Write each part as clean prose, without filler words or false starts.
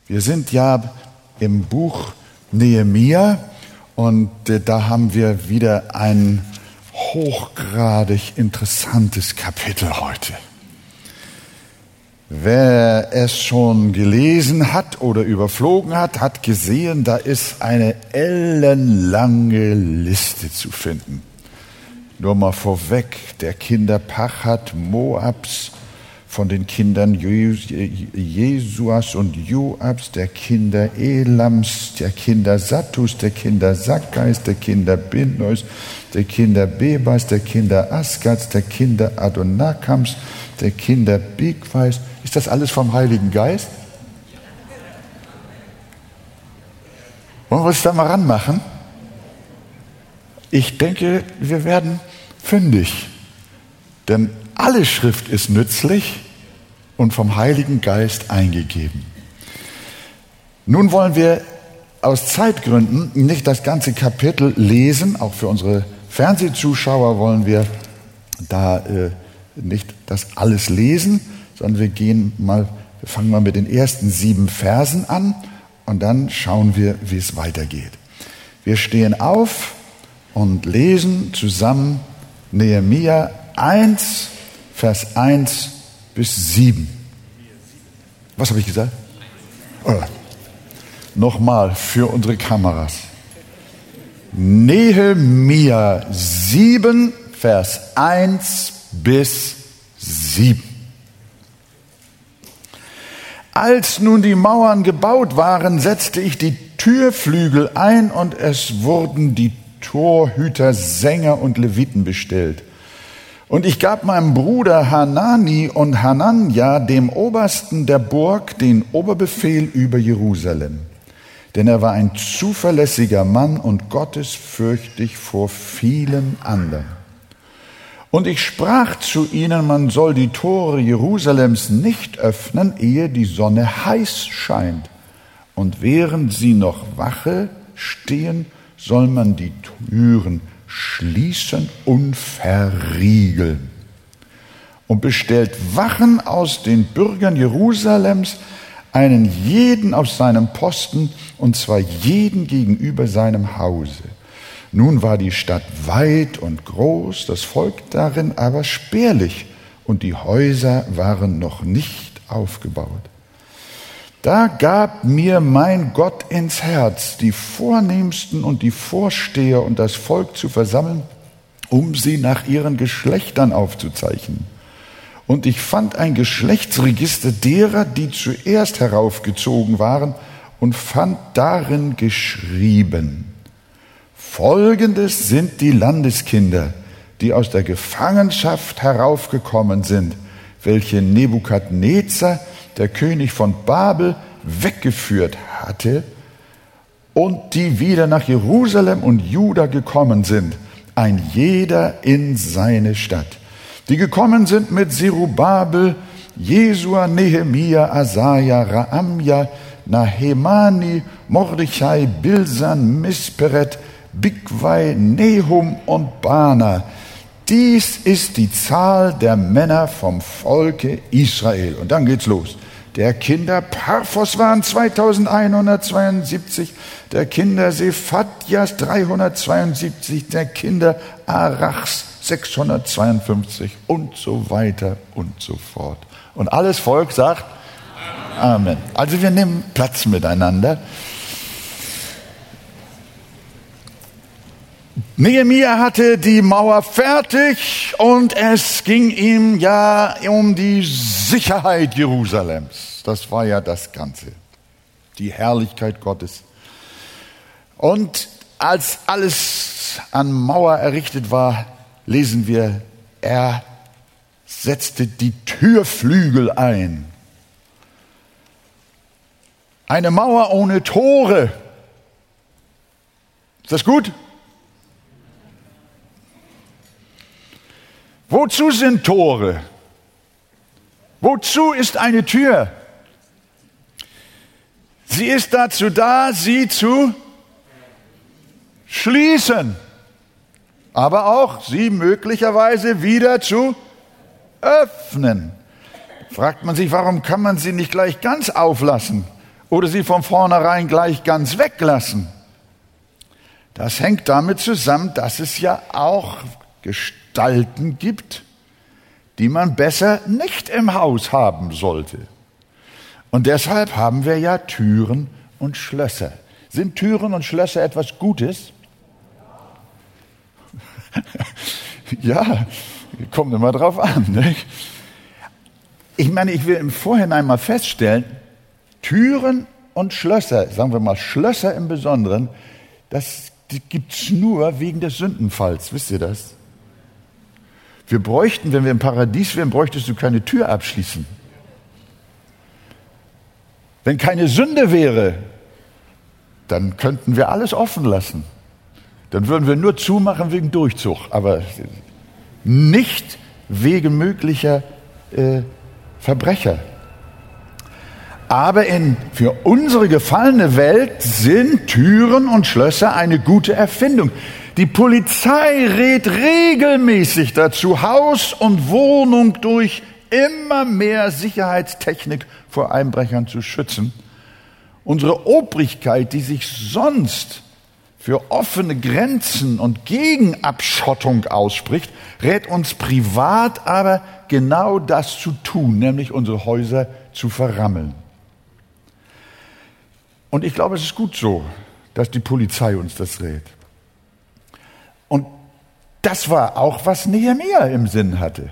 Wir sind ja im Buch Nehemia und da haben wir wieder ein hochgradig interessantes Kapitel heute. Wer es schon gelesen hat oder überflogen hat, hat gesehen, da ist eine ellenlange Liste zu finden. Nur mal vorweg, der Kinderpachat Moabs, von den Kindern Jesuas und Joabs, der Kinder Elams, der Kinder Sattus, der Kinder Sakkais, der Kinder Binnois, der Kinder Bebas, der Kinder Askats, der Kinder Adonakams, der Kinder Bigwais. Ist das alles vom Heiligen Geist? Wollen wir uns da mal ranmachen? Ich denke, wir werden fündig. Denn alle Schrift ist nützlich und vom Heiligen Geist eingegeben. Nun wollen wir aus Zeitgründen nicht das ganze Kapitel lesen. Auch für unsere Fernsehzuschauer wollen wir da nicht das alles lesen, sondern wir fangen mal mit den ersten 7 Versen an und dann schauen wir, wie es weitergeht. Wir stehen auf und lesen zusammen Nehemia 1, Vers 1 bis 7. Was habe ich gesagt? Nochmal für unsere Kameras. Nehemia 7, Vers 1 bis 7. Als nun die Mauern gebaut waren, setzte ich die Türflügel ein und es wurden die Torhüter, Sänger und Leviten bestellt. Und ich gab meinem Bruder Hanani und Hananja, dem Obersten der Burg, den Oberbefehl über Jerusalem. Denn er war ein zuverlässiger Mann und gottesfürchtig vor vielen anderen. Und ich sprach zu ihnen, man soll die Tore Jerusalems nicht öffnen, ehe die Sonne heiß scheint. Und während sie noch Wache stehen, soll man die Türen schließen und verriegeln. Und bestellt Wachen aus den Bürgern Jerusalems, einen jeden auf seinem Posten, und zwar jeden gegenüber seinem Hause. Nun war die Stadt weit und groß, das Volk darin aber spärlich, und die Häuser waren noch nicht aufgebaut. Da gab mir mein Gott ins Herz, die Vornehmsten und die Vorsteher und das Volk zu versammeln, um sie nach ihren Geschlechtern aufzuzeichnen. Und ich fand ein Geschlechtsregister derer, die zuerst heraufgezogen waren, und fand darin geschrieben: Folgendes sind die Landeskinder, die aus der Gefangenschaft heraufgekommen sind, welche Nebukadnezar, der König von Babel, weggeführt hatte und die wieder nach Jerusalem und Juda gekommen sind, ein jeder in seine Stadt. Die gekommen sind mit Zerubabel, Jesua, Nehemia, Asaja, Raamja, Nahemani, Mordechai, Bilsan, Misperet, Bigwai, Nehum und Bana. Dies ist die Zahl der Männer vom Volke Israel. Und dann geht's los. Der Kinder Parphos waren 2172, der Kinder Sephatjas 372, der Kinder Arachs 652 und so weiter und so fort. Und alles Volk sagt Amen. Also wir nehmen Platz miteinander. Nehemia hatte die Mauer fertig und es ging ihm ja um die Sicherheit Jerusalems. Das war ja das Ganze, die Herrlichkeit Gottes. Und als alles an Mauer errichtet war, lesen wir, er setzte die Türflügel ein. Eine Mauer ohne Tore. Ist das gut? Wozu sind Tore? Wozu ist eine Tür? Sie ist dazu da, sie zu schließen, aber auch sie möglicherweise wieder zu öffnen. Fragt man sich, warum kann man sie nicht gleich ganz auflassen oder sie von vornherein gleich ganz weglassen. Das hängt damit zusammen, dass es ja auch Gestalten gibt, die man besser nicht im Haus haben sollte. Und deshalb haben wir ja Türen und Schlösser. Sind Türen und Schlösser etwas Gutes? Ja, kommt immer drauf an. Nicht? Ich meine, ich will im Vorhinein mal feststellen, Türen und Schlösser, sagen wir mal Schlösser im Besonderen, das gibt es nur wegen des Sündenfalls. Wisst ihr das? Wir bräuchten, wenn wir im Paradies wären, bräuchtest du keine Tür abschließen. Wenn keine Sünde wäre, dann könnten wir alles offen lassen. Dann würden wir nur zumachen wegen Durchzug, aber nicht wegen möglicher Verbrecher. Aber für unsere gefallene Welt sind Türen und Schlösser eine gute Erfindung. Die Polizei rät regelmäßig dazu, Haus und Wohnung durch immer mehr Sicherheitstechnik vor Einbrechern zu schützen. Unsere Obrigkeit, die sich sonst für offene Grenzen und gegen Abschottung ausspricht, rät uns privat aber genau das zu tun, nämlich unsere Häuser zu verrammeln. Und ich glaube, es ist gut so, dass die Polizei uns das rät. Und das war auch, was Nehemia im Sinn hatte.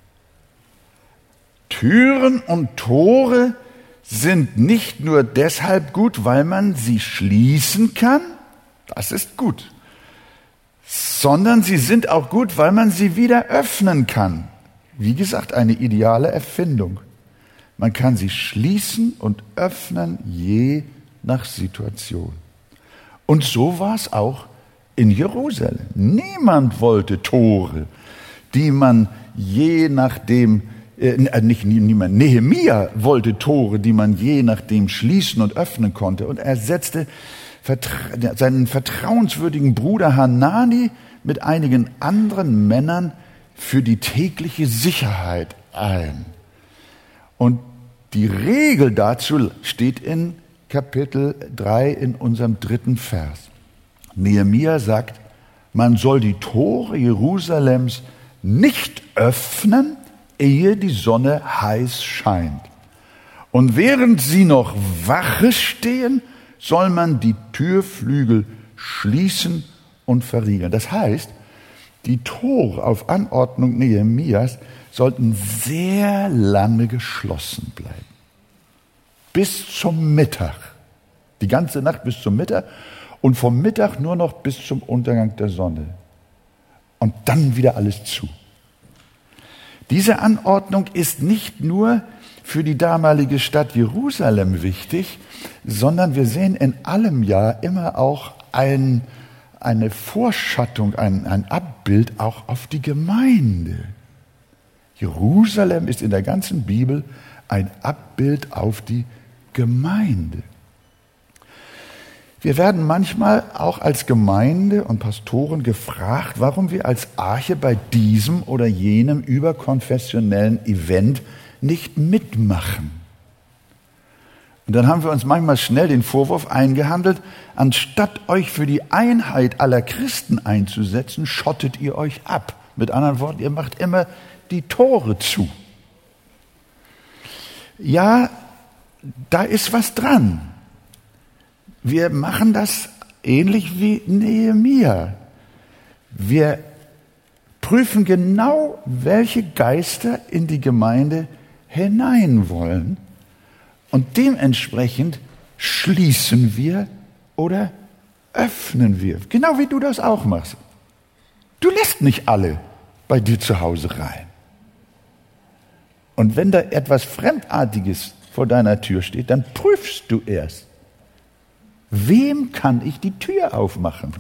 Türen und Tore sind nicht nur deshalb gut, weil man sie schließen kann, das ist gut, sondern sie sind auch gut, weil man sie wieder öffnen kann. Wie gesagt, eine ideale Erfindung. Man kann sie schließen und öffnen, je nach Situation. Und so war es auch in Jerusalem. Niemand wollte Tore, die man je nachdem, niemand, Nehemia wollte Tore, die man je nachdem schließen und öffnen konnte. Und er setzte seinen vertrauenswürdigen Bruder Hanani mit einigen anderen Männern für die tägliche Sicherheit ein. Und die Regel dazu steht in Kapitel 3 in unserem 3. Vers. Nehemia sagt, man soll die Tore Jerusalems nicht öffnen, ehe die Sonne heiß scheint. Und während sie noch Wache stehen, soll man die Türflügel schließen und verriegeln. Das heißt, die Tore auf Anordnung Nehemias sollten sehr lange geschlossen bleiben. Bis zum Mittag. Die ganze Nacht bis zum Mittag und vom Mittag nur noch bis zum Untergang der Sonne. Und dann wieder alles zu. Diese Anordnung ist nicht nur für die damalige Stadt Jerusalem wichtig, sondern wir sehen in allem Jahr immer auch eine Vorschattung, ein Abbild auch auf die Gemeinde. Jerusalem ist in der ganzen Bibel ein Abbild auf die Gemeinde. Wir werden manchmal auch als Gemeinde und Pastoren gefragt, warum wir als Arche bei diesem oder jenem überkonfessionellen Event nicht mitmachen. Und dann haben wir uns manchmal schnell den Vorwurf eingehandelt, anstatt euch für die Einheit aller Christen einzusetzen, schottet ihr euch ab. Mit anderen Worten, ihr macht immer die Tore zu. Ja, da ist was dran. Wir machen das ähnlich wie Nehemia. Wir prüfen genau, welche Geister in die Gemeinde hinein wollen. Und dementsprechend schließen wir oder öffnen wir. Genau wie du das auch machst. Du lässt nicht alle bei dir zu Hause rein. Und wenn da etwas Fremdartiges vor deiner Tür steht, dann prüfst du erst. Wem kann ich die Tür aufmachen?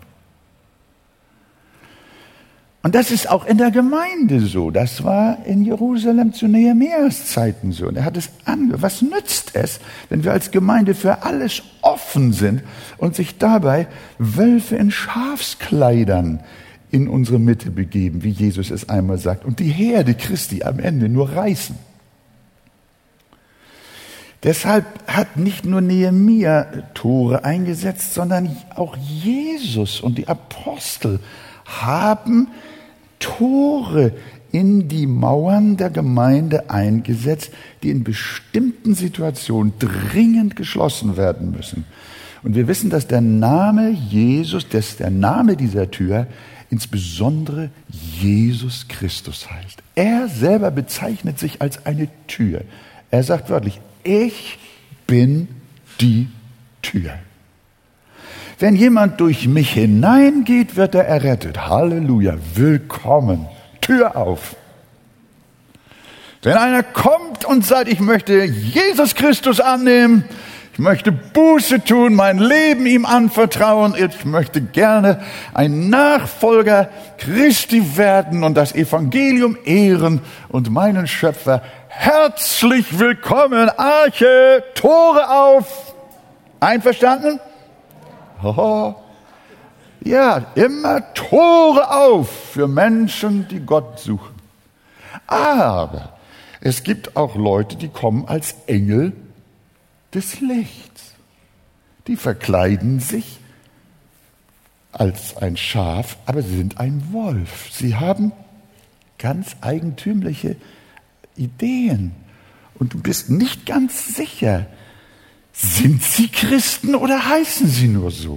Und das ist auch in der Gemeinde so. Das war in Jerusalem zu Nehemias Zeiten so. Und er hat es was nützt es, wenn wir als Gemeinde für alles offen sind und sich dabei Wölfe in Schafskleidern in unsere Mitte begeben, wie Jesus es einmal sagt, und die Herde Christi am Ende nur reißen. Deshalb hat nicht nur Nehemia Tore eingesetzt, sondern auch Jesus und die Apostel haben Tore in die Mauern der Gemeinde eingesetzt, die in bestimmten Situationen dringend geschlossen werden müssen. Und wir wissen, dass der Name Jesus, dass der Name dieser Tür insbesondere Jesus Christus heißt. Er selber bezeichnet sich als eine Tür. Er sagt wörtlich, ich bin die Tür. Wenn jemand durch mich hineingeht, wird er errettet. Halleluja, willkommen. Tür auf. Wenn einer kommt und sagt, ich möchte Jesus Christus annehmen, ich möchte Buße tun, mein Leben ihm anvertrauen, ich möchte gerne ein Nachfolger Christi werden und das Evangelium ehren und meinen Schöpfer herzlich willkommen, Arche, Tore auf. Einverstanden? Oh. Ja, immer Tore auf für Menschen, die Gott suchen. Aber es gibt auch Leute, die kommen als Engel des Lichts. Die verkleiden sich als ein Schaf, aber sie sind ein Wolf. Sie haben ganz eigentümliche Ideen. Und du bist nicht ganz sicher, sind sie Christen oder heißen sie nur so?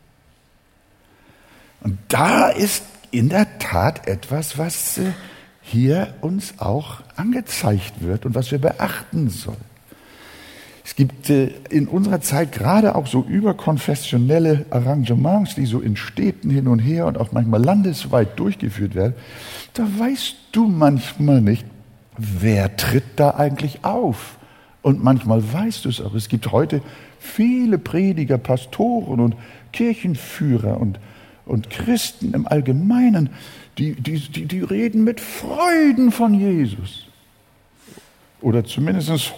Und da ist in der Tat etwas, was hier uns auch angezeigt wird und was wir beachten sollen. Es gibt in unserer Zeit gerade auch so überkonfessionelle Arrangements, die so in Städten hin und her und auch manchmal landesweit durchgeführt werden. Da weißt du manchmal nicht, wer tritt da eigentlich auf. Und manchmal weißt du es auch. Es gibt heute viele Prediger, Pastoren und Kirchenführer und Christen im Allgemeinen, die reden mit Freuden von Jesus. Oder zumindest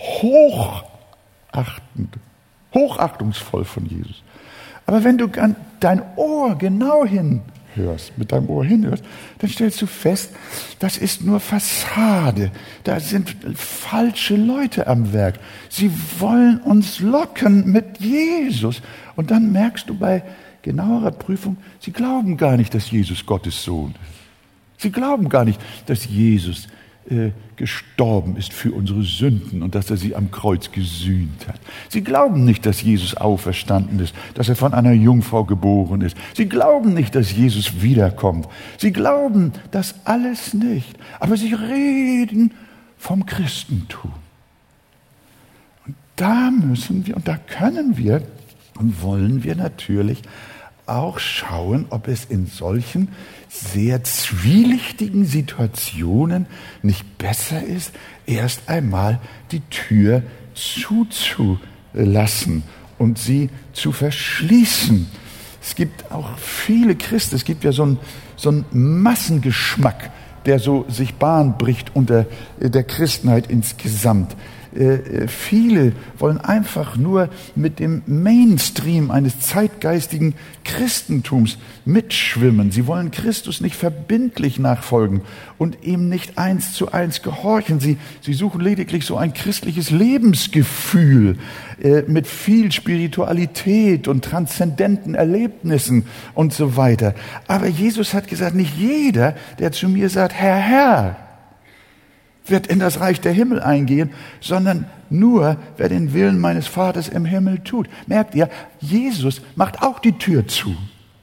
hochachtungsvoll von Jesus. Aber wenn du dein Ohr genau hinhörst, mit deinem Ohr hinhörst, dann stellst du fest, das ist nur Fassade. Da sind falsche Leute am Werk. Sie wollen uns locken mit Jesus. Und dann merkst du bei genauerer Prüfung, sie glauben gar nicht, dass Jesus Gottes Sohn ist. Sie glauben gar nicht, dass Jesus gestorben ist für unsere Sünden und dass er sie am Kreuz gesühnt hat. Sie glauben nicht, dass Jesus auferstanden ist, dass er von einer Jungfrau geboren ist. Sie glauben nicht, dass Jesus wiederkommt. Sie glauben das alles nicht. Aber sie reden vom Christentum. Und da müssen wir und da können wir und wollen wir natürlich auch schauen, ob es in solchen sehr zwielichtigen Situationen nicht besser ist, erst einmal die Tür zuzulassen und sie zu verschließen. Es gibt auch viele Christen, es gibt ja so einen Massengeschmack, der so sich Bahn bricht unter der Christenheit insgesamt. Viele wollen einfach nur mit dem Mainstream eines zeitgeistigen Christentums mitschwimmen. Sie wollen Christus nicht verbindlich nachfolgen und ihm nicht 1:1 gehorchen. Sie suchen lediglich so ein christliches Lebensgefühl mit viel Spiritualität und transzendenten Erlebnissen und so weiter. Aber Jesus hat gesagt, nicht jeder, der zu mir sagt, Herr, Herr, wird in das Reich der Himmel eingehen, sondern nur, wer den Willen meines Vaters im Himmel tut. Merkt ihr, Jesus macht auch die Tür zu.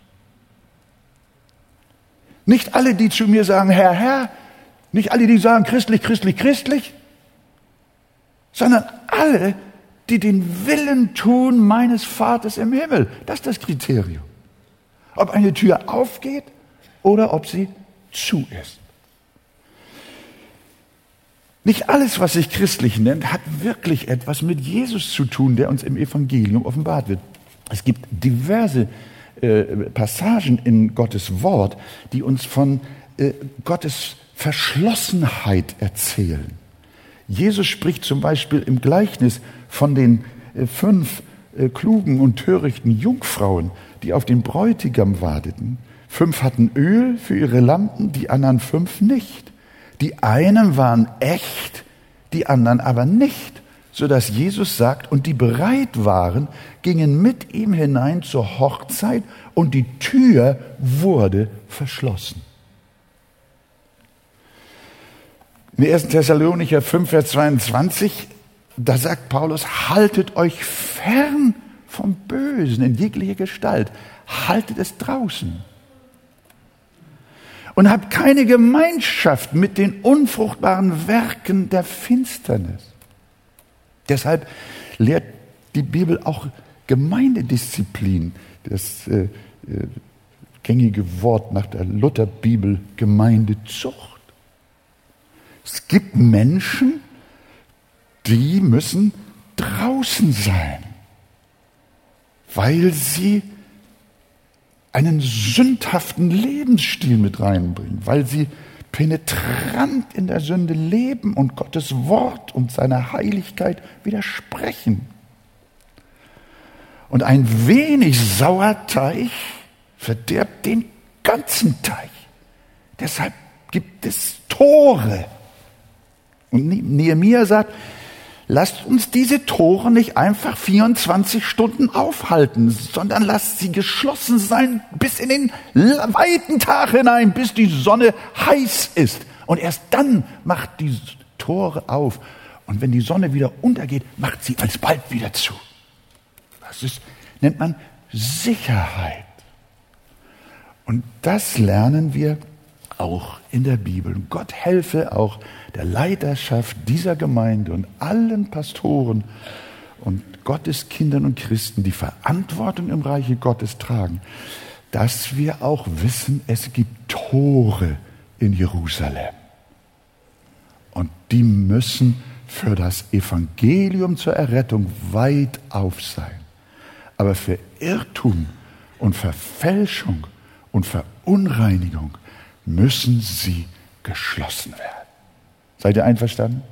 Nicht alle, die zu mir sagen, Herr, Herr, nicht alle, die sagen christlich, christlich, christlich, sondern alle, die den Willen tun meines Vaters im Himmel. Das ist das Kriterium. Ob eine Tür aufgeht oder ob sie zu ist. Nicht alles, was sich christlich nennt, hat wirklich etwas mit Jesus zu tun, der uns im Evangelium offenbart wird. Es gibt diverse Passagen in Gottes Wort, die uns von Gottes Verschlossenheit erzählen. Jesus spricht zum Beispiel im Gleichnis von den 5 klugen und törichten Jungfrauen, die auf den Bräutigam warteten. 5 hatten Öl für ihre Lampen, die anderen 5 nicht. Die einen waren echt, die anderen aber nicht. sodass Jesus sagt, und die bereit waren, gingen mit ihm hinein zur Hochzeit und die Tür wurde verschlossen. In 1. Thessalonicher 5, Vers 22, da sagt Paulus, haltet euch fern vom Bösen in jeglicher Gestalt. Haltet es draußen. Und habt keine Gemeinschaft mit den unfruchtbaren Werken der Finsternis. Deshalb lehrt die Bibel auch Gemeindedisziplin, das gängige Wort nach der Lutherbibel, Gemeindezucht. Es gibt Menschen, die müssen draußen sein, weil sie einen sündhaften Lebensstil mit reinbringen, weil sie penetrant in der Sünde leben und Gottes Wort und seiner Heiligkeit widersprechen. Und ein wenig Sauerteig verderbt den ganzen Teig. Deshalb gibt es Tore. Und Nehemia sagt, lasst uns diese Tore nicht einfach 24 Stunden aufhalten, sondern lasst sie geschlossen sein bis in den weiten Tag hinein, bis die Sonne heiß ist. Und erst dann macht die Tore auf. Und wenn die Sonne wieder untergeht, macht sie alsbald wieder zu. Das nennt man Sicherheit. Und das lernen wir auch in der Bibel. Und Gott helfe auch der Leiterschaft dieser Gemeinde und allen Pastoren und Gotteskindern und Christen, die Verantwortung im Reiche Gottes tragen, dass wir auch wissen, es gibt Tore in Jerusalem. Und die müssen für das Evangelium zur Errettung weit auf sein. Aber für Irrtum und Verfälschung und Verunreinigung müssen sie geschlossen werden. Seid ihr einverstanden?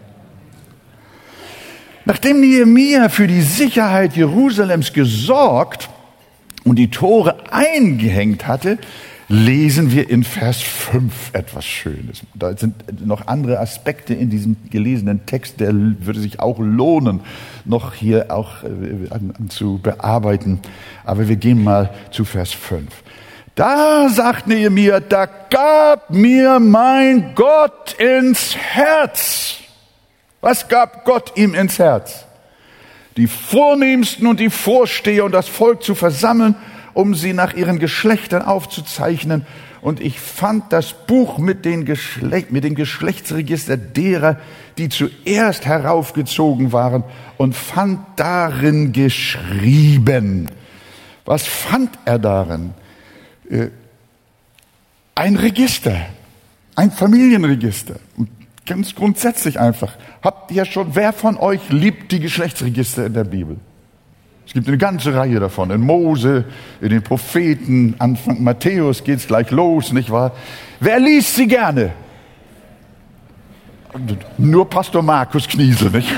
Nachdem Nehemia für die Sicherheit Jerusalems gesorgt und die Tore eingehängt hatte, lesen wir in Vers 5 etwas Schönes. Da sind noch andere Aspekte in diesem gelesenen Text, der würde sich auch lohnen, noch hier auch zu bearbeiten. Aber wir gehen mal zu Vers 5. Da sagt Nehemia, da gab mir mein Gott ins Herz. Was gab Gott ihm ins Herz? Die Vornehmsten und die Vorsteher und das Volk zu versammeln, um sie nach ihren Geschlechtern aufzuzeichnen. Und ich fand das Buch mit dem Geschlechtsregister derer, die zuerst heraufgezogen waren, und fand darin geschrieben. Was fand er darin? Ein Register, ein Familienregister. Und ganz grundsätzlich einfach. Wer von euch liebt die Geschlechtsregister in der Bibel? Es gibt eine ganze Reihe davon. In Mose, in den Propheten, Anfang Matthäus geht's gleich los, nicht wahr? Wer liest sie gerne? Nur Pastor Markus Kniesel, nicht?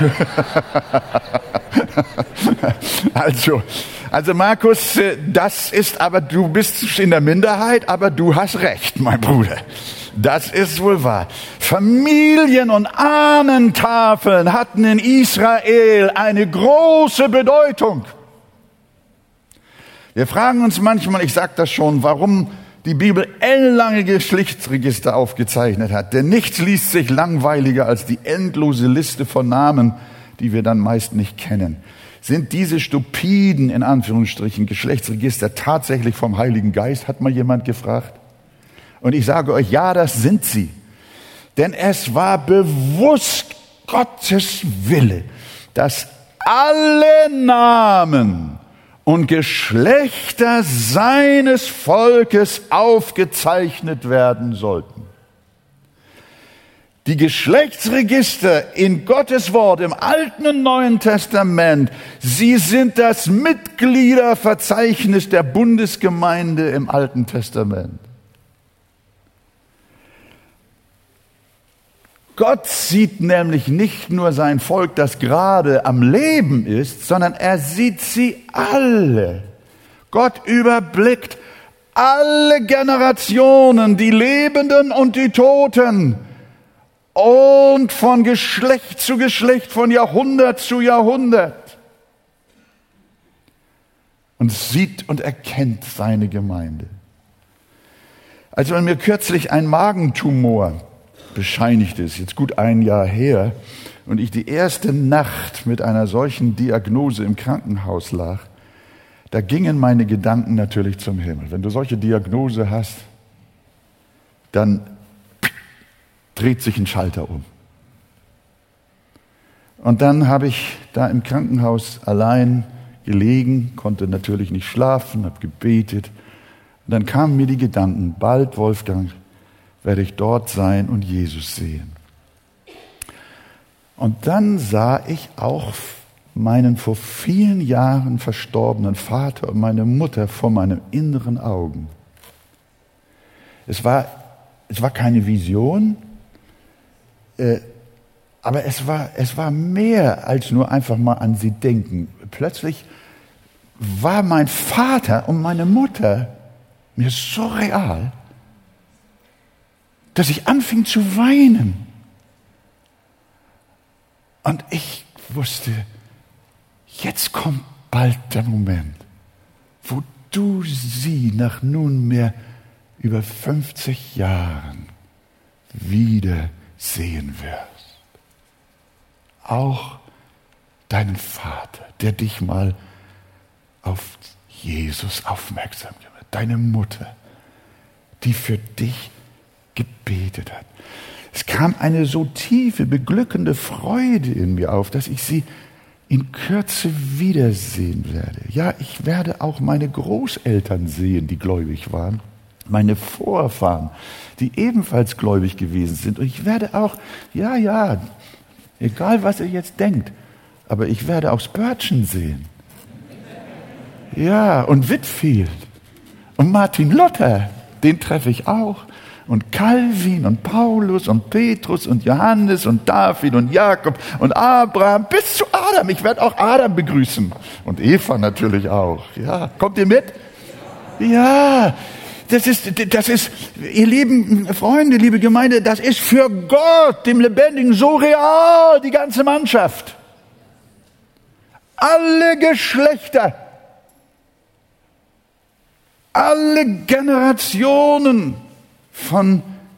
Also Markus, du bist in der Minderheit, aber du hast recht, mein Bruder. Das ist wohl wahr. Familien- und Ahnentafeln hatten in Israel eine große Bedeutung. Wir fragen uns manchmal, ich sage das schon, warum die Bibel ellenlange Geschlechtsregister aufgezeichnet hat. Denn nichts liest sich langweiliger als die endlose Liste von Namen, die wir dann meist nicht kennen. Sind diese stupiden, in Anführungsstrichen, Geschlechtsregister tatsächlich vom Heiligen Geist, hat mal jemand gefragt. Und ich sage euch, ja, das sind sie. Denn es war bewusst Gottes Wille, dass alle Namen und Geschlechter seines Volkes aufgezeichnet werden sollten. Die Geschlechtsregister in Gottes Wort im Alten und Neuen Testament, sie sind das Mitgliederverzeichnis der Bundesgemeinde im Alten Testament. Gott sieht nämlich nicht nur sein Volk, das gerade am Leben ist, sondern er sieht sie alle. Gott überblickt alle Generationen, die Lebenden und die Toten. und von Geschlecht zu Geschlecht, von Jahrhundert zu Jahrhundert. Und sieht und erkennt seine Gemeinde. Als man mir kürzlich ein Magentumor bescheinigt ist, jetzt gut ein Jahr her, und ich die erste Nacht mit einer solchen Diagnose im Krankenhaus lag, da gingen meine Gedanken natürlich zum Himmel. Wenn du solche Diagnose hast, dann dreht sich ein Schalter um. Und dann habe ich da im Krankenhaus allein gelegen, konnte natürlich nicht schlafen, habe gebetet. Und dann kamen mir die Gedanken, bald, Wolfgang, werde ich dort sein und Jesus sehen. Und dann sah ich auch meinen vor vielen Jahren verstorbenen Vater und meine Mutter vor meinen inneren Augen. Es war keine Vision, aber es war mehr als nur einfach mal an sie denken. Plötzlich war mein Vater und meine Mutter mir so real, dass ich anfing zu weinen. Und ich wusste, jetzt kommt bald der Moment, wo du sie nach nunmehr über 50 Jahren wieder sehen wirst. Auch deinen Vater, der dich mal auf Jesus aufmerksam gemacht hat. Deine Mutter, die für dich gebetet hat. Es kam eine so tiefe, beglückende Freude in mir auf, dass ich sie in Kürze wiedersehen werde. Ja, ich werde auch meine Großeltern sehen, die gläubig waren. Meine Vorfahren, die ebenfalls gläubig gewesen sind. Und ich werde auch, egal was ihr jetzt denkt, aber ich werde auch Spurgeon sehen. Ja, und Whitefield und Martin Luther, den treffe ich auch. Und Calvin und Paulus und Petrus und Johannes und David und Jakob und Abraham bis zu Adam. Ich werde auch Adam begrüßen. Und Eva natürlich auch. Ja, kommt ihr mit? Ja, das ist, ihr lieben Freunde, liebe Gemeinde, das ist für Gott, dem Lebendigen, so real, die ganze Mannschaft. Alle Geschlechter, alle Generationen, von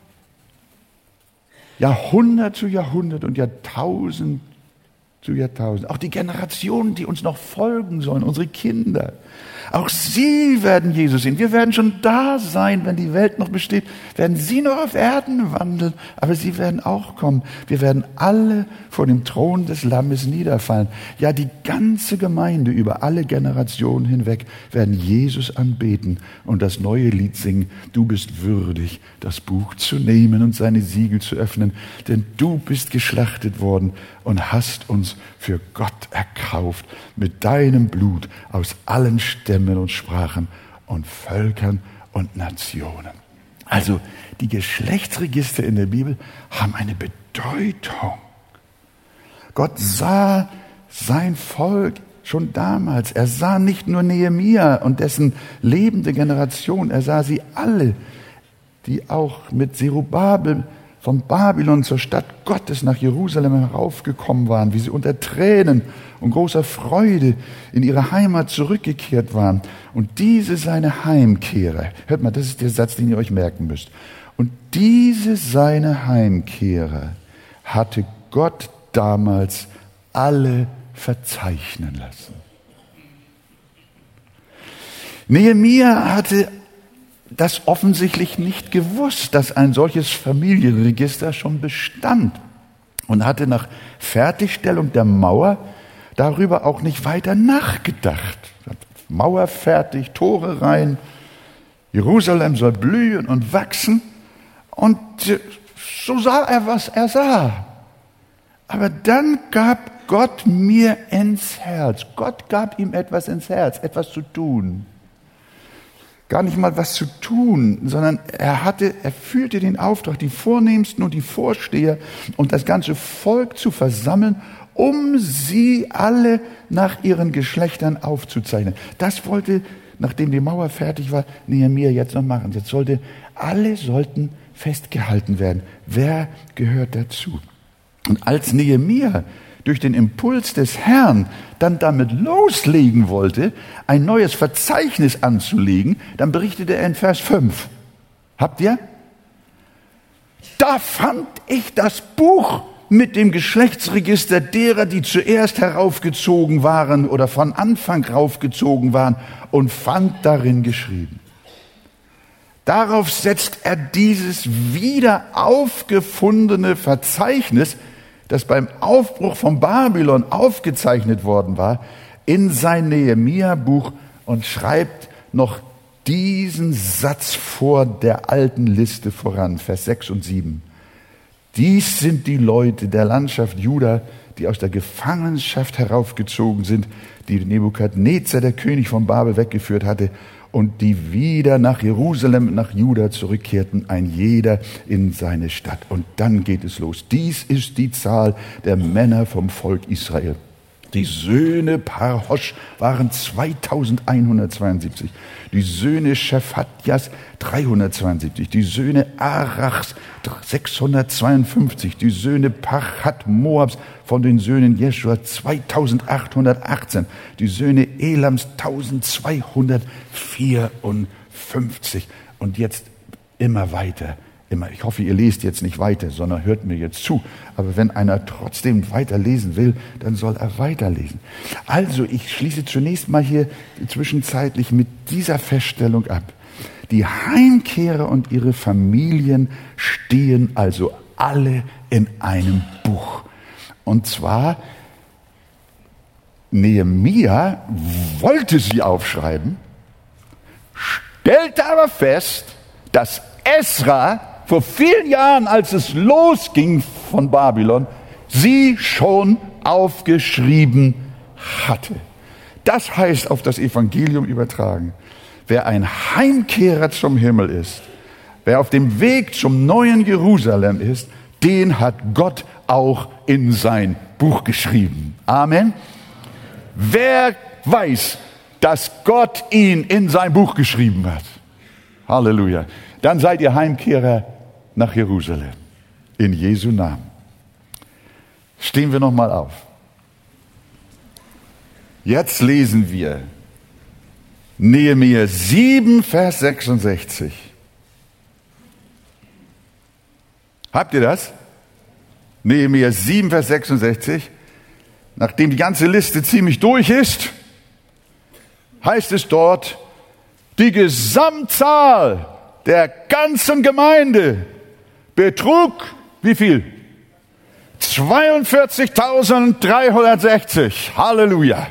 Jahrhundert zu Jahrhundert und Jahrtausend zu Jahrtausend. Auch die Generationen, die uns noch folgen sollen, unsere Kinder. Auch sie werden Jesus sehen. Wir werden schon da sein, wenn die Welt noch besteht. Werden sie noch auf Erden wandeln, aber sie werden auch kommen. Wir werden alle vor dem Thron des Lammes niederfallen. Ja, die ganze Gemeinde über alle Generationen hinweg werden Jesus anbeten und das neue Lied singen. Du bist würdig, das Buch zu nehmen und seine Siegel zu öffnen, denn du bist geschlachtet worden und hast uns für Gott erkauft mit deinem Blut aus allen Stämmen und Sprachen und Völkern und Nationen. Also die Geschlechtsregister in der Bibel haben eine Bedeutung. Gott sah sein Volk schon damals. Er sah nicht nur Nehemia und dessen lebende Generation, er sah sie alle, die auch mit Zerubabel von Babylon zur Stadt Gottes nach Jerusalem heraufgekommen waren, wie sie unter Tränen und großer Freude in ihre Heimat zurückgekehrt waren. Und diese seine Heimkehrer, hört mal, das ist der Satz, den ihr euch merken müsst. Und diese seine Heimkehrer hatte Gott damals alle verzeichnen lassen. Nehemia hatte das offensichtlich nicht gewusst, dass ein solches Familienregister schon bestand und hatte nach Fertigstellung der Mauer darüber auch nicht weiter nachgedacht. Mauer fertig, Tore rein, Jerusalem soll blühen und wachsen und so sah er, was er sah. Aber dann gab Gott mir ins Herz, Gott gab ihm etwas ins Herz, etwas zu tun. Gar nicht mal was zu tun, sondern er fühlte den Auftrag, die Vornehmsten und die Vorsteher und das ganze Volk zu versammeln, um sie alle nach ihren Geschlechtern aufzuzeichnen. Das wollte, nachdem die Mauer fertig war, Nehemia jetzt noch machen. Alle sollten festgehalten werden. Wer gehört dazu? Und als Nehemia durch den Impuls des Herrn dann damit loslegen wollte, ein neues Verzeichnis anzulegen, dann berichtete er in Vers 5. Habt ihr? Da fand ich das Buch mit dem Geschlechtsregister derer, die zuerst heraufgezogen waren oder von Anfang raufgezogen waren, und fand darin geschrieben. Darauf setzt er dieses wieder aufgefundene Verzeichnis, das beim Aufbruch von Babylon aufgezeichnet worden war, in sein Nehemia-Buch und schreibt noch diesen Satz vor der alten Liste voran, Vers 6 und 7. Dies sind die Leute der Landschaft Juda, die aus der Gefangenschaft heraufgezogen sind, die Nebukadnezar, der König von Babel, weggeführt hatte und die wieder nach Jerusalem, nach Juda zurückkehrten, ein jeder in seine Stadt. Und dann geht es los. Dies ist die Zahl der Männer vom Volk Israel. Die Söhne Parhosch waren 2172, die Söhne Schaphatjas 372, die Söhne Arachs 652, die Söhne Pachat Moabs von den Söhnen Jeschua 2818, die Söhne Elams 1254. Und jetzt immer weiter. Ich hoffe, ihr lest jetzt nicht weiter, sondern hört mir jetzt zu. Aber wenn einer trotzdem weiterlesen will, dann soll er weiterlesen. Also, ich schließe zunächst mal hier zwischenzeitlich mit dieser Feststellung ab. Die Heimkehrer und ihre Familien stehen also alle in einem Buch. Und zwar, Nehemia wollte sie aufschreiben, stellte aber fest, dass Esra vor vielen Jahren, als es losging von Babylon, sie schon aufgeschrieben hatte. Das heißt auf das Evangelium übertragen, wer ein Heimkehrer zum Himmel ist, wer auf dem Weg zum neuen Jerusalem ist, den hat Gott auch in sein Buch geschrieben. Amen. Wer weiß, dass Gott ihn in sein Buch geschrieben hat? Halleluja. Dann seid ihr Heimkehrer nach Jerusalem. In Jesu Namen. Stehen wir nochmal auf. Jetzt lesen wir Nehemia 7, Vers 66. Habt ihr das? Nehemia 7, Vers 66. Nachdem die ganze Liste ziemlich durch ist, heißt es dort, die Gesamtzahl der ganzen Gemeinde betrug wie viel? 42.360. Halleluja.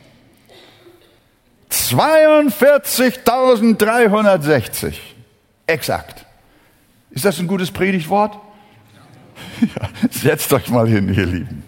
42.360. Exakt. Ist das ein gutes Predigtwort? Ja, setzt euch mal hin, ihr Lieben.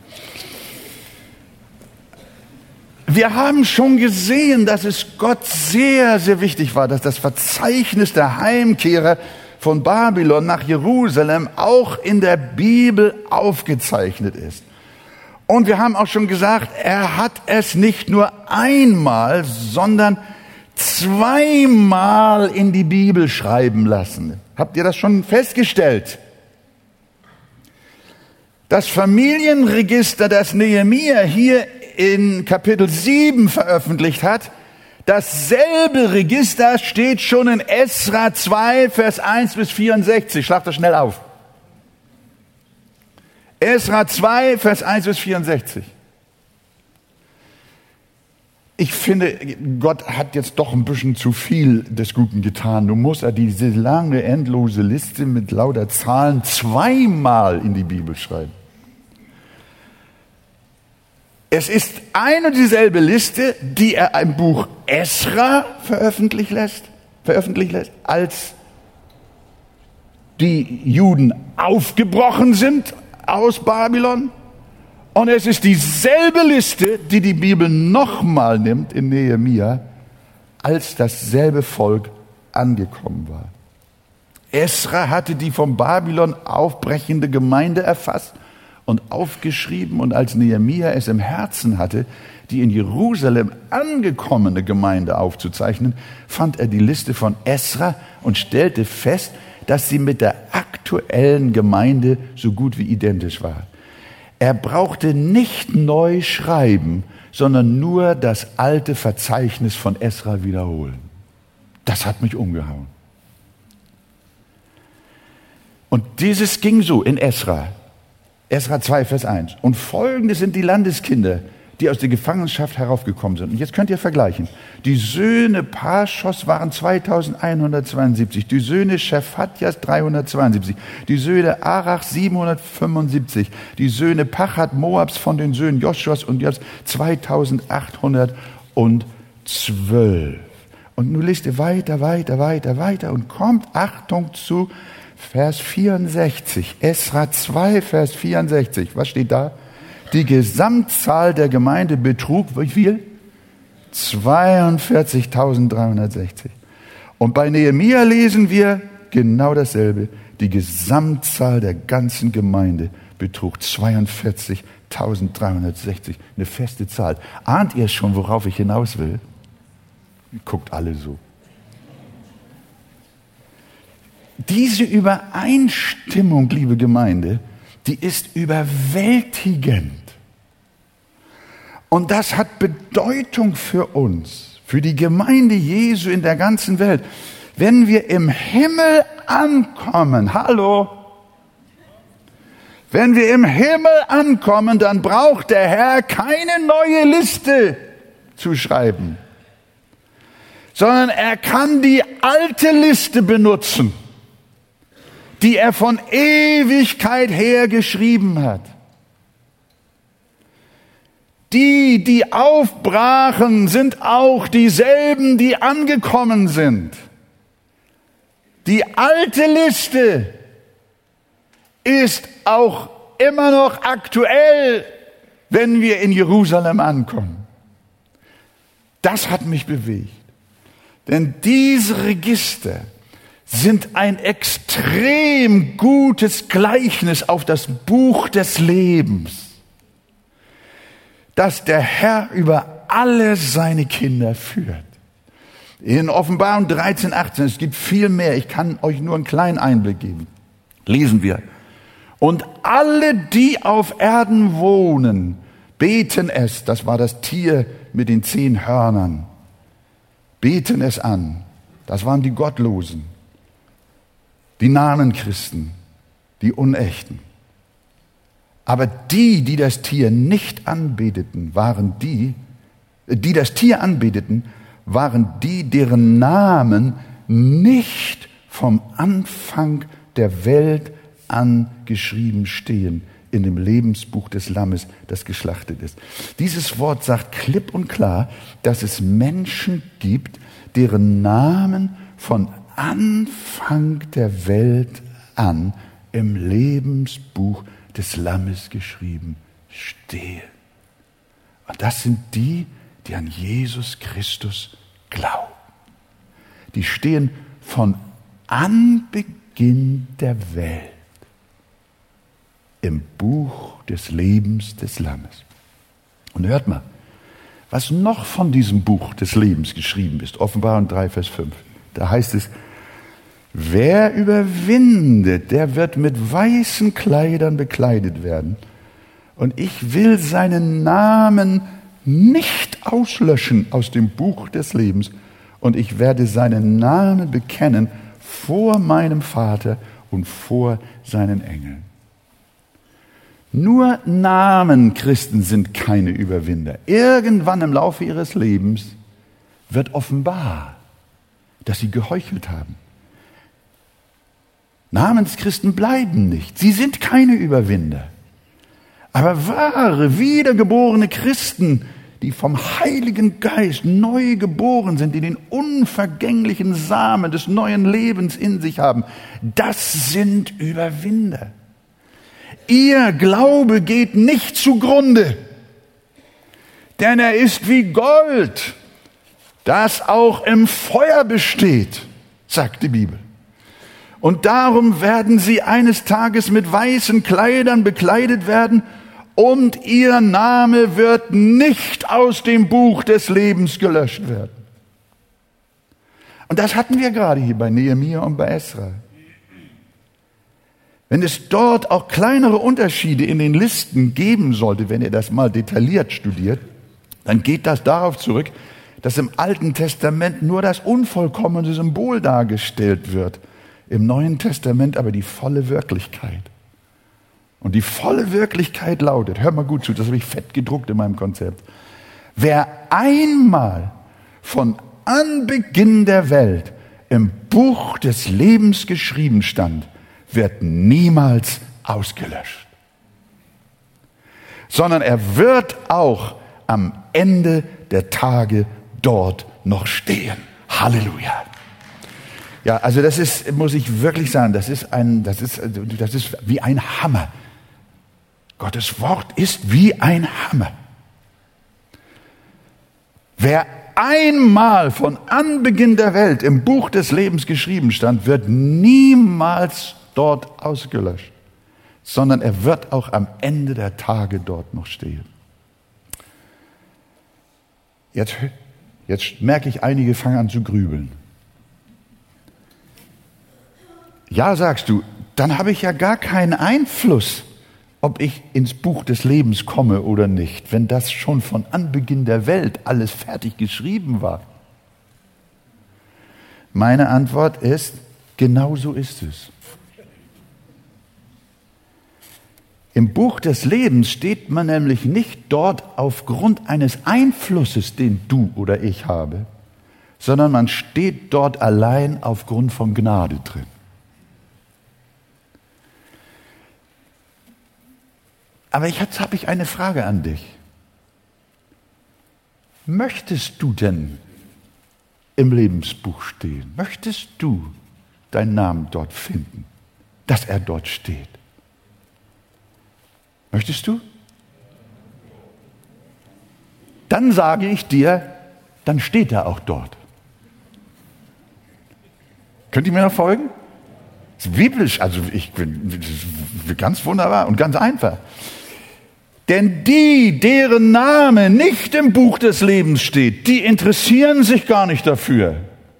Wir haben schon gesehen, dass es Gott sehr, sehr wichtig war, dass das Verzeichnis der Heimkehrer von Babylon nach Jerusalem auch in der Bibel aufgezeichnet ist. Und wir haben auch schon gesagt, er hat es nicht nur einmal, sondern zweimal in die Bibel schreiben lassen. Habt ihr das schon festgestellt? Das Familienregister, das Nehemia hier in Kapitel 7 veröffentlicht hat, dasselbe Register steht schon in Esra 2, Vers 1 bis 64. Schlag das schnell auf. Esra 2, Vers 1 bis 64. Ich finde, Gott hat jetzt doch ein bisschen zu viel des Guten getan. Du musst ja diese lange, endlose Liste mit lauter Zahlen zweimal in die Bibel schreiben. Es ist eine und dieselbe Liste, die er im Buch Esra veröffentlichen lässt, als die Juden aufgebrochen sind aus Babylon. Und es ist dieselbe Liste, die die Bibel nochmal nimmt in Nehemia, als dasselbe Volk angekommen war. Esra hatte die von Babylon aufbrechende Gemeinde erfasst und aufgeschrieben, und als Nehemia es im Herzen hatte, die in Jerusalem angekommene Gemeinde aufzuzeichnen, fand er die Liste von Esra und stellte fest, dass sie mit der aktuellen Gemeinde so gut wie identisch war. Er brauchte nicht neu schreiben, sondern nur das alte Verzeichnis von Esra wiederholen. Das hat mich umgehauen. Und dieses ging so in Esra 2, Vers 1. Und folgende sind die Landeskinder, die aus der Gefangenschaft heraufgekommen sind. Und jetzt könnt ihr vergleichen. Die Söhne Parschos waren 2172, die Söhne Schephatjas 372, die Söhne Arach 775, die Söhne Pachat Moabs von den Söhnen Joschuas und Jobs 2812. Und nun lest ihr weiter und kommt, Achtung, zu Vers 64. Esra 2, Vers 64. Was steht da? Die Gesamtzahl der Gemeinde betrug, wie viel? 42.360. Und bei Nehemia lesen wir genau dasselbe. Die Gesamtzahl der ganzen Gemeinde betrug 42.360. Eine feste Zahl. Ahnt ihr schon, worauf ich hinaus will? Guckt alle so. Diese Übereinstimmung, liebe Gemeinde, die ist überwältigend. Und das hat Bedeutung für uns, für die Gemeinde Jesu in der ganzen Welt. Wenn wir im Himmel ankommen, hallo, wenn wir im Himmel ankommen, dann braucht der Herr keine neue Liste zu schreiben, sondern er kann die alte Liste benutzen, die er von Ewigkeit her geschrieben hat. Die aufbrachen, sind auch dieselben, die angekommen sind. Die alte Liste ist auch immer noch aktuell, wenn wir in Jerusalem ankommen. Das hat mich bewegt. Denn diese Register sind ein extrem gutes Gleichnis auf das Buch des Lebens, das der Herr über alle seine Kinder führt. In Offenbarung 13, 18, es gibt viel mehr, ich kann euch nur einen kleinen Einblick geben. Lesen wir. Und alle, die auf Erden wohnen, beten es, das war das Tier mit den 10 Hörnern, beten es an. Das waren die Gottlosen, die Namenchristen, die Unechten. Aber die das Tier nicht anbeteten, waren die das Tier anbeteten, waren die, deren Namen nicht vom Anfang der Welt an geschrieben stehen in dem Lebensbuch des Lammes, das geschlachtet ist. Dieses Wort sagt klipp und klar, dass es Menschen gibt, deren Namen von Anfang der Welt an im Lebensbuch des Lammes geschrieben stehen. Und das sind die an Jesus Christus glauben. Die stehen von Anbeginn der Welt im Buch des Lebens des Lammes. Und hört mal, was noch von diesem Buch des Lebens geschrieben ist. Offenbarung 3, Vers 5. Da heißt es, wer überwindet, der wird mit weißen Kleidern bekleidet werden. Und ich will seinen Namen nicht auslöschen aus dem Buch des Lebens. Und ich werde seinen Namen bekennen vor meinem Vater und vor seinen Engeln. Nur Namenchristen sind keine Überwinder. Irgendwann im Laufe ihres Lebens wird offenbar, dass sie geheuchelt haben. Namenschristen bleiben nicht. Sie sind keine Überwinder. Aber wahre, wiedergeborene Christen, die vom Heiligen Geist neu geboren sind, die den unvergänglichen Samen des neuen Lebens in sich haben, das sind Überwinder. Ihr Glaube geht nicht zugrunde, denn er ist wie Gold, das auch im Feuer besteht, sagt die Bibel. Und darum werden sie eines Tages mit weißen Kleidern bekleidet werden und ihr Name wird nicht aus dem Buch des Lebens gelöscht werden. Und das hatten wir gerade hier bei Nehemia und bei Esra. Wenn es dort auch kleinere Unterschiede in den Listen geben sollte, wenn ihr das mal detailliert studiert, dann geht das darauf zurück, dass im Alten Testament nur das unvollkommene Symbol dargestellt wird, im Neuen Testament aber die volle Wirklichkeit. Und die volle Wirklichkeit lautet, hör mal gut zu, das habe ich fett gedruckt in meinem Konzept: Wer einmal von Anbeginn der Welt im Buch des Lebens geschrieben stand, wird niemals ausgelöscht, sondern er wird auch am Ende der Tage dort noch stehen. Halleluja. Ja, also das ist, muss ich wirklich sagen, das ist wie ein Hammer. Gottes Wort ist wie ein Hammer. Wer einmal von Anbeginn der Welt im Buch des Lebens geschrieben stand, wird niemals dort ausgelöscht, sondern er wird auch am Ende der Tage dort noch stehen. Jetzt merke ich, einige fangen an zu grübeln. Ja, sagst du, dann habe ich ja gar keinen Einfluss, ob ich ins Buch des Lebens komme oder nicht, wenn das schon von Anbeginn der Welt alles fertig geschrieben war. Meine Antwort ist, genau so ist es. Im Buch des Lebens steht man nämlich nicht dort aufgrund eines Einflusses, den du oder ich habe, sondern man steht dort allein aufgrund von Gnade drin. Aber jetzt habe ich eine Frage an dich. Möchtest du denn im Lebensbuch stehen? Möchtest du deinen Namen dort finden, dass er dort steht? Möchtest du? Dann sage ich dir, dann steht er auch dort. Könnt ihr mir noch folgen? Das ist biblisch, also das ist ganz wunderbar und ganz einfach. Denn die, deren Name nicht im Buch des Lebens steht, die interessieren sich gar nicht dafür.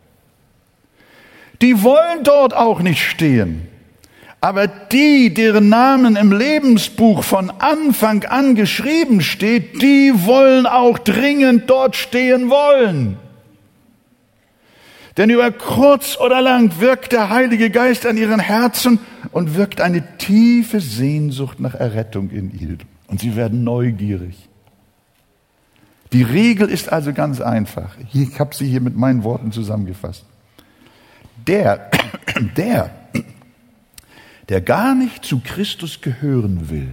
Die wollen dort auch nicht stehen. Aber die, deren Namen im Lebensbuch von Anfang an geschrieben steht, die wollen auch dringend dort stehen wollen. Denn über kurz oder lang wirkt der Heilige Geist an ihren Herzen und wirkt eine tiefe Sehnsucht nach Errettung in ihnen. Und sie werden neugierig. Die Regel ist also ganz einfach. Ich habe sie hier mit meinen Worten zusammengefasst. Der gar nicht zu Christus gehören will,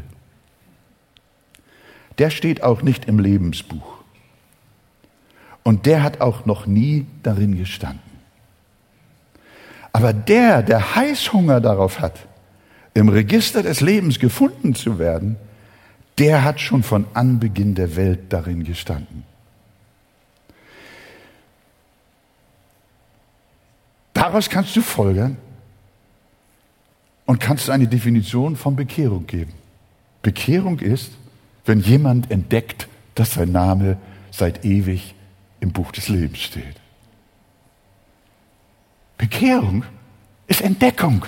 der steht auch nicht im Lebensbuch. Und der hat auch noch nie darin gestanden. Aber der Heißhunger darauf hat, im Register des Lebens gefunden zu werden, der hat schon von Anbeginn der Welt darin gestanden. Daraus kannst du folgern und kannst du eine Definition von Bekehrung geben. Bekehrung ist, wenn jemand entdeckt, dass sein Name seit ewig im Buch des Lebens steht. Bekehrung ist Entdeckung.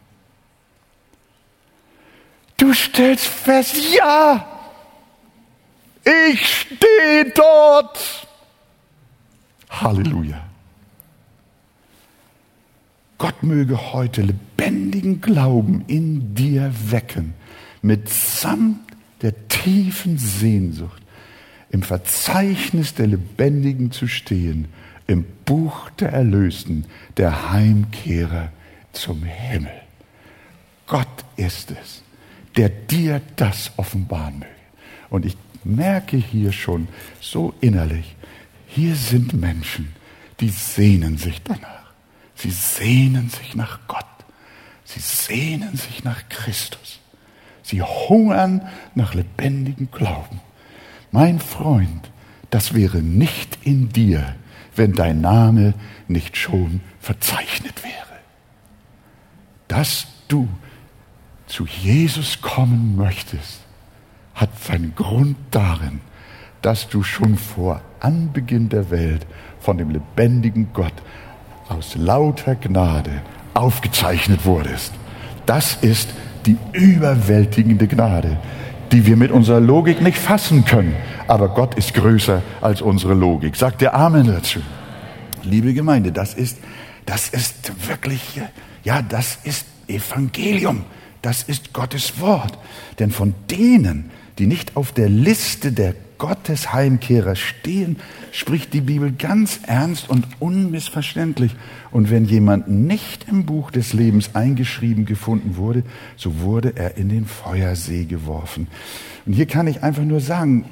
Du stellst fest, ja, ich stehe dort. Halleluja. Gott möge heute lebendigen Glauben in dir wecken, mitsamt der tiefen Sehnsucht, im Verzeichnis der Lebendigen zu stehen, im Buch der Erlösten, der Heimkehrer zum Himmel. Gott ist es, der dir das offenbaren möge. Und ich merke hier schon so innerlich, hier sind Menschen, die sehnen sich danach. Sie sehnen sich nach Gott. Sie sehnen sich nach Christus. Sie hungern nach lebendigem Glauben. Mein Freund, das wäre nicht in dir, wenn dein Name nicht schon verzeichnet wäre. Dass du zu Jesus kommen möchtest, hat seinen Grund darin, dass du schon vor Anbeginn der Welt von dem lebendigen Gott aus lauter Gnade aufgezeichnet wurdest. Das ist die überwältigende Gnade, die wir mit unserer Logik nicht fassen können. Aber Gott ist größer als unsere Logik. Sagt der Amen dazu. Liebe Gemeinde, das ist wirklich, das ist Evangelium. Das ist Gottes Wort. Denn von denen, die nicht auf der Liste der Gottesheimkehrer stehen, spricht die Bibel ganz ernst und unmissverständlich. Und wenn jemand nicht im Buch des Lebens eingeschrieben gefunden wurde, so wurde er in den Feuersee geworfen. Und hier kann ich einfach nur sagen,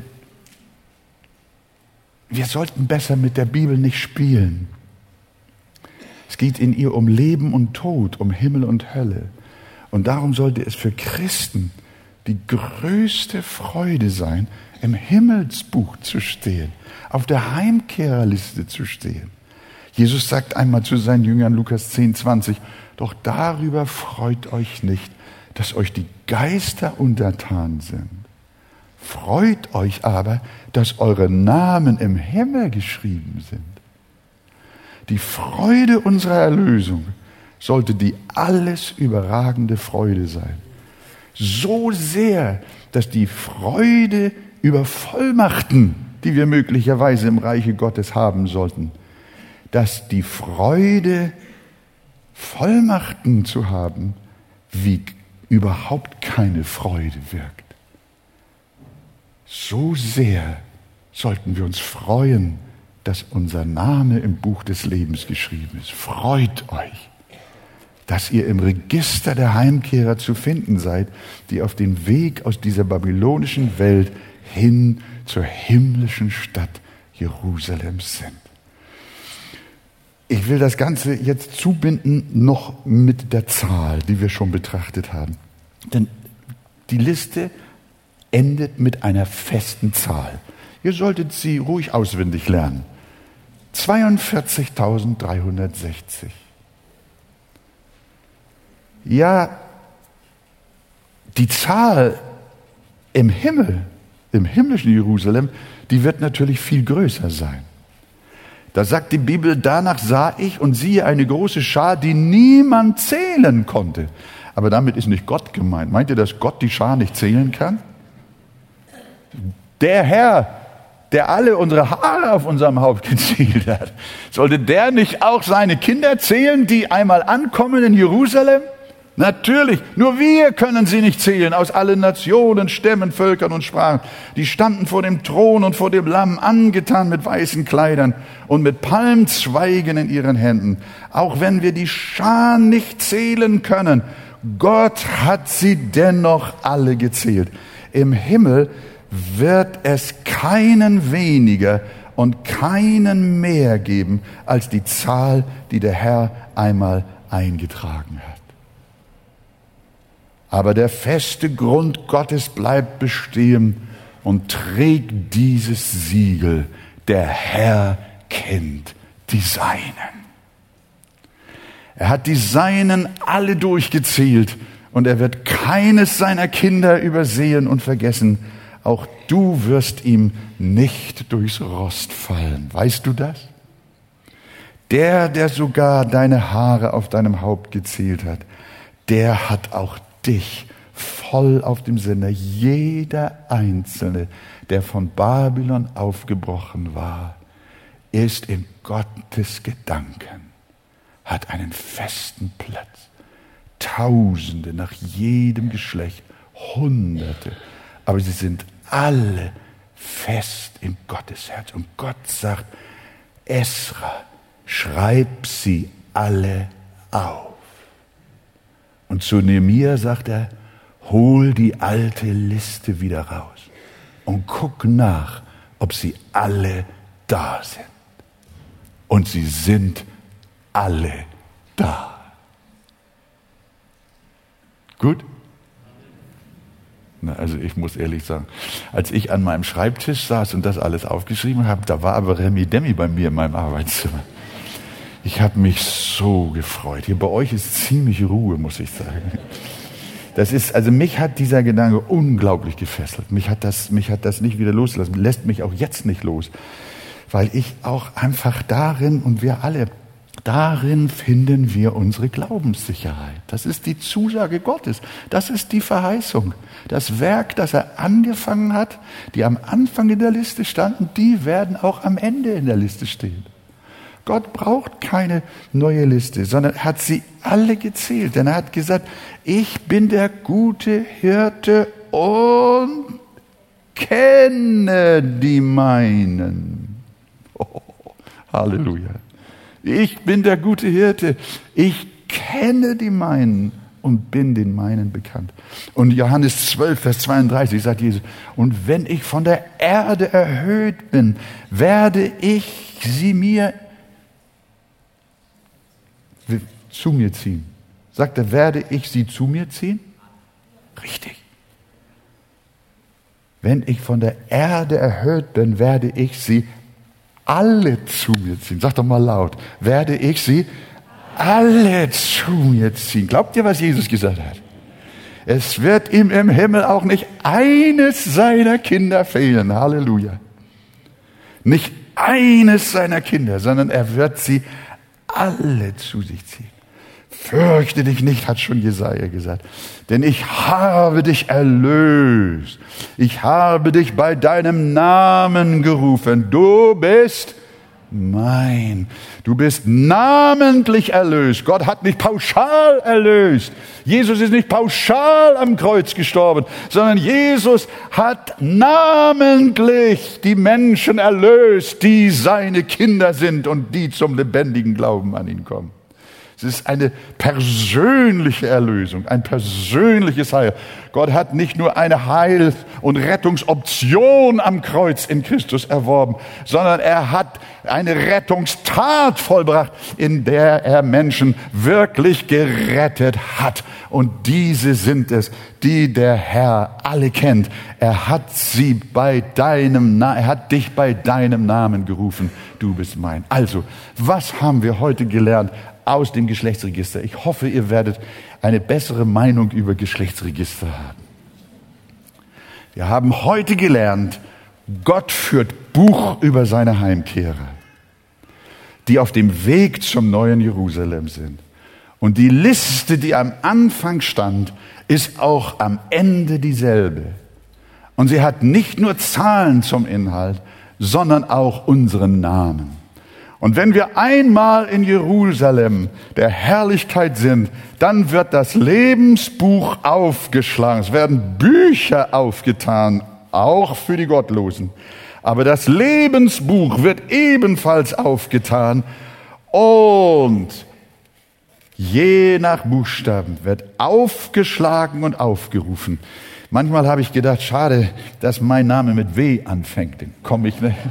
wir sollten besser mit der Bibel nicht spielen. Es geht in ihr um Leben und Tod, um Himmel und Hölle. Und darum sollte es für Christen die größte Freude sein, im Himmelsbuch zu stehen, auf der Heimkehrerliste zu stehen. Jesus sagt einmal zu seinen Jüngern, Lukas 10,20, doch darüber freut euch nicht, dass euch die Geister untertan sind. Freut euch aber, dass eure Namen im Himmel geschrieben sind. Die Freude unserer Erlösung sollte die alles überragende Freude sein. So sehr, dass die Freude über Vollmachten, die wir möglicherweise im Reiche Gottes haben sollten, dass die Freude, Vollmachten zu haben, wie überhaupt keine Freude wirkt. So sehr sollten wir uns freuen, dass unser Name im Buch des Lebens geschrieben ist. Freut euch, dass ihr im Register der Heimkehrer zu finden seid, die auf dem Weg aus dieser babylonischen Welt hin zur himmlischen Stadt Jerusalem sind. Ich will das Ganze jetzt zubinden noch mit der Zahl, die wir schon betrachtet haben. Denn die Liste endet mit einer festen Zahl. Ihr solltet sie ruhig auswendig lernen. 42.360. Ja, die Zahl im Himmel, im himmlischen Jerusalem, die wird natürlich viel größer sein. Da sagt die Bibel, danach sah ich und siehe eine große Schar, die niemand zählen konnte. Aber damit ist nicht Gott gemeint. Meint ihr, dass Gott die Schar nicht zählen kann? Der Herr, der alle unsere Haare auf unserem Haupt gezählt hat, sollte der nicht auch seine Kinder zählen, die einmal ankommen in Jerusalem? Natürlich, nur wir können sie nicht zählen, aus allen Nationen, Stämmen, Völkern und Sprachen. Die standen vor dem Thron und vor dem Lamm, angetan mit weißen Kleidern und mit Palmzweigen in ihren Händen. Auch wenn wir die Schar nicht zählen können, Gott hat sie dennoch alle gezählt. Im Himmel wird es keinen weniger und keinen mehr geben als die Zahl, die der Herr einmal eingetragen hat. Aber der feste Grund Gottes bleibt bestehen und trägt dieses Siegel. Der Herr kennt die Seinen. Er hat die Seinen alle durchgezählt und er wird keines seiner Kinder übersehen und vergessen. Auch du wirst ihm nicht durchs Rost fallen. Weißt du das? Der sogar deine Haare auf deinem Haupt gezählt hat, der hat auch dich voll auf dem Sinne. Jeder Einzelne, der von Babylon aufgebrochen war, ist in Gottes Gedanken, hat einen festen Platz. Tausende nach jedem Geschlecht, Hunderte, aber sie sind alle fest in Gottes Herz. Und Gott sagt, Esra, schreib sie alle auf. Und zu Nehemia sagt er, hol die alte Liste wieder raus und guck nach, ob sie alle da sind. Und sie sind alle da. Gut? Na, also ich muss ehrlich sagen, als ich an meinem Schreibtisch saß und das alles aufgeschrieben habe, da war aber Remi Demi bei mir in meinem Arbeitszimmer. Ich habe mich so gefreut. Hier bei euch ist ziemlich Ruhe, muss ich sagen. Mich hat dieser Gedanke unglaublich gefesselt. Mich hat das nicht wieder losgelassen, lässt mich auch jetzt nicht los. Weil ich auch einfach darin und wir alle Darin finden wir unsere Glaubenssicherheit. Das ist die Zusage Gottes. Das ist die Verheißung. Das Werk, das er angefangen hat, die am Anfang in der Liste standen, die werden auch am Ende in der Liste stehen. Gott braucht keine neue Liste, sondern er hat sie alle gezählt. Denn er hat gesagt, ich bin der gute Hirte und kenne die meinen. Oh, Halleluja. Ich bin der gute Hirte. Ich kenne die meinen und bin den meinen bekannt. Und Johannes 12, Vers 32 sagt Jesus, und wenn ich von der Erde erhöht bin, werde ich sie zu mir ziehen. Sagt er, werde ich sie zu mir ziehen? Richtig. Wenn ich von der Erde erhöht bin, werde ich sie alle zu mir ziehen. Sag doch mal laut. Werde ich sie alle zu mir ziehen. Glaubt ihr, was Jesus gesagt hat? Es wird ihm im Himmel auch nicht eines seiner Kinder fehlen. Halleluja. Nicht eines seiner Kinder, sondern er wird sie alle zu sich ziehen. Fürchte dich nicht, hat schon Jesaja gesagt, denn ich habe dich erlöst. Ich habe dich bei deinem Namen gerufen. Du bist mein. Du bist namentlich erlöst. Gott hat nicht pauschal erlöst. Jesus ist nicht pauschal am Kreuz gestorben, sondern Jesus hat namentlich die Menschen erlöst, die seine Kinder sind und die zum lebendigen Glauben an ihn kommen. Es ist eine persönliche Erlösung, ein persönliches Heil. Gott hat nicht nur eine Heil- und Rettungsoption am Kreuz in Christus erworben, sondern er hat eine Rettungstat vollbracht, in der er Menschen wirklich gerettet hat. Und diese sind es, die der Herr alle kennt. Er hat dich bei deinem Namen gerufen. Du bist mein. Also, was haben wir heute gelernt aus dem Geschlechtsregister? Ich hoffe, ihr werdet eine bessere Meinung über Geschlechtsregister haben. Wir haben heute gelernt, Gott führt Buch über seine Heimkehrer, die auf dem Weg zum neuen Jerusalem sind. Und die Liste, die am Anfang stand, ist auch am Ende dieselbe. Und sie hat nicht nur Zahlen zum Inhalt, sondern auch unseren Namen. Und wenn wir einmal in Jerusalem der Herrlichkeit sind, dann wird das Lebensbuch aufgeschlagen. Es werden Bücher aufgetan, auch für die Gottlosen. Aber das Lebensbuch wird ebenfalls aufgetan und je nach Buchstaben wird aufgeschlagen und aufgerufen. Manchmal habe ich gedacht, schade, dass mein Name mit W anfängt. Dann komme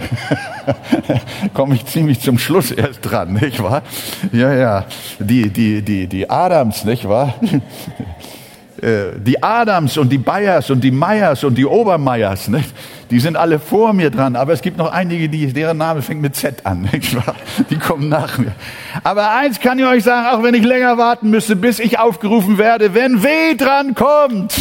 ich ziemlich zum Schluss erst dran, nicht wahr? Ja, die Adams, nicht wahr? Die Adams und die Bayers und die Meyers und die Obermeyers, nicht? Die sind alle vor mir dran, aber es gibt noch einige, deren Name fängt mit Z an, nicht wahr? Die kommen nach mir. Aber eins kann ich euch sagen, auch wenn ich länger warten müsste, bis ich aufgerufen werde, wenn W dran kommt,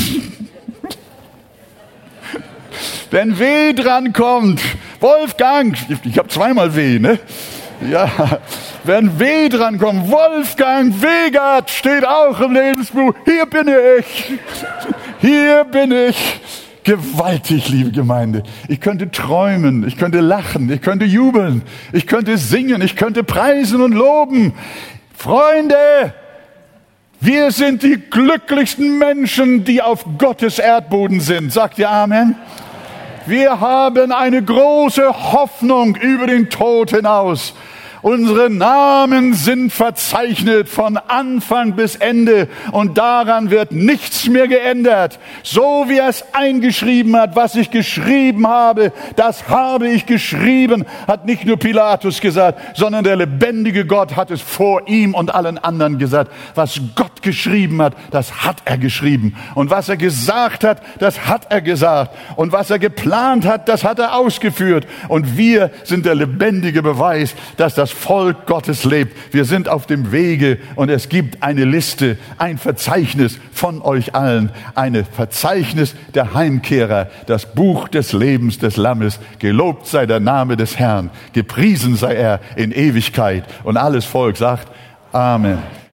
wenn W dran kommt, Wolfgang, ich habe zweimal W, ne? Ja, wenn W dran kommt, Wolfgang Wegert steht auch im Lebensbuch. Hier bin ich. Hier bin ich. Gewaltig, liebe Gemeinde. Ich könnte träumen, ich könnte lachen, ich könnte jubeln, ich könnte singen, ich könnte preisen und loben. Freunde, wir sind die glücklichsten Menschen, die auf Gottes Erdboden sind. Sagt ihr Amen? Wir haben eine große Hoffnung über den Tod hinaus. Unsere Namen sind verzeichnet von Anfang bis Ende und daran wird nichts mehr geändert. So wie er es eingeschrieben hat, was ich geschrieben habe, das habe ich geschrieben, hat nicht nur Pilatus gesagt, sondern der lebendige Gott hat es vor ihm und allen anderen gesagt. Was Gott geschrieben hat, das hat er geschrieben. Und was er gesagt hat, das hat er gesagt. Und was er geplant hat, das hat er ausgeführt. Und wir sind der lebendige Beweis, dass das Volk Gottes lebt. Wir sind auf dem Wege und es gibt eine Liste, ein Verzeichnis von euch allen, ein Verzeichnis der Heimkehrer, das Buch des Lebens des Lammes. Gelobt sei der Name des Herrn, gepriesen sei er in Ewigkeit. Und alles Volk sagt Amen.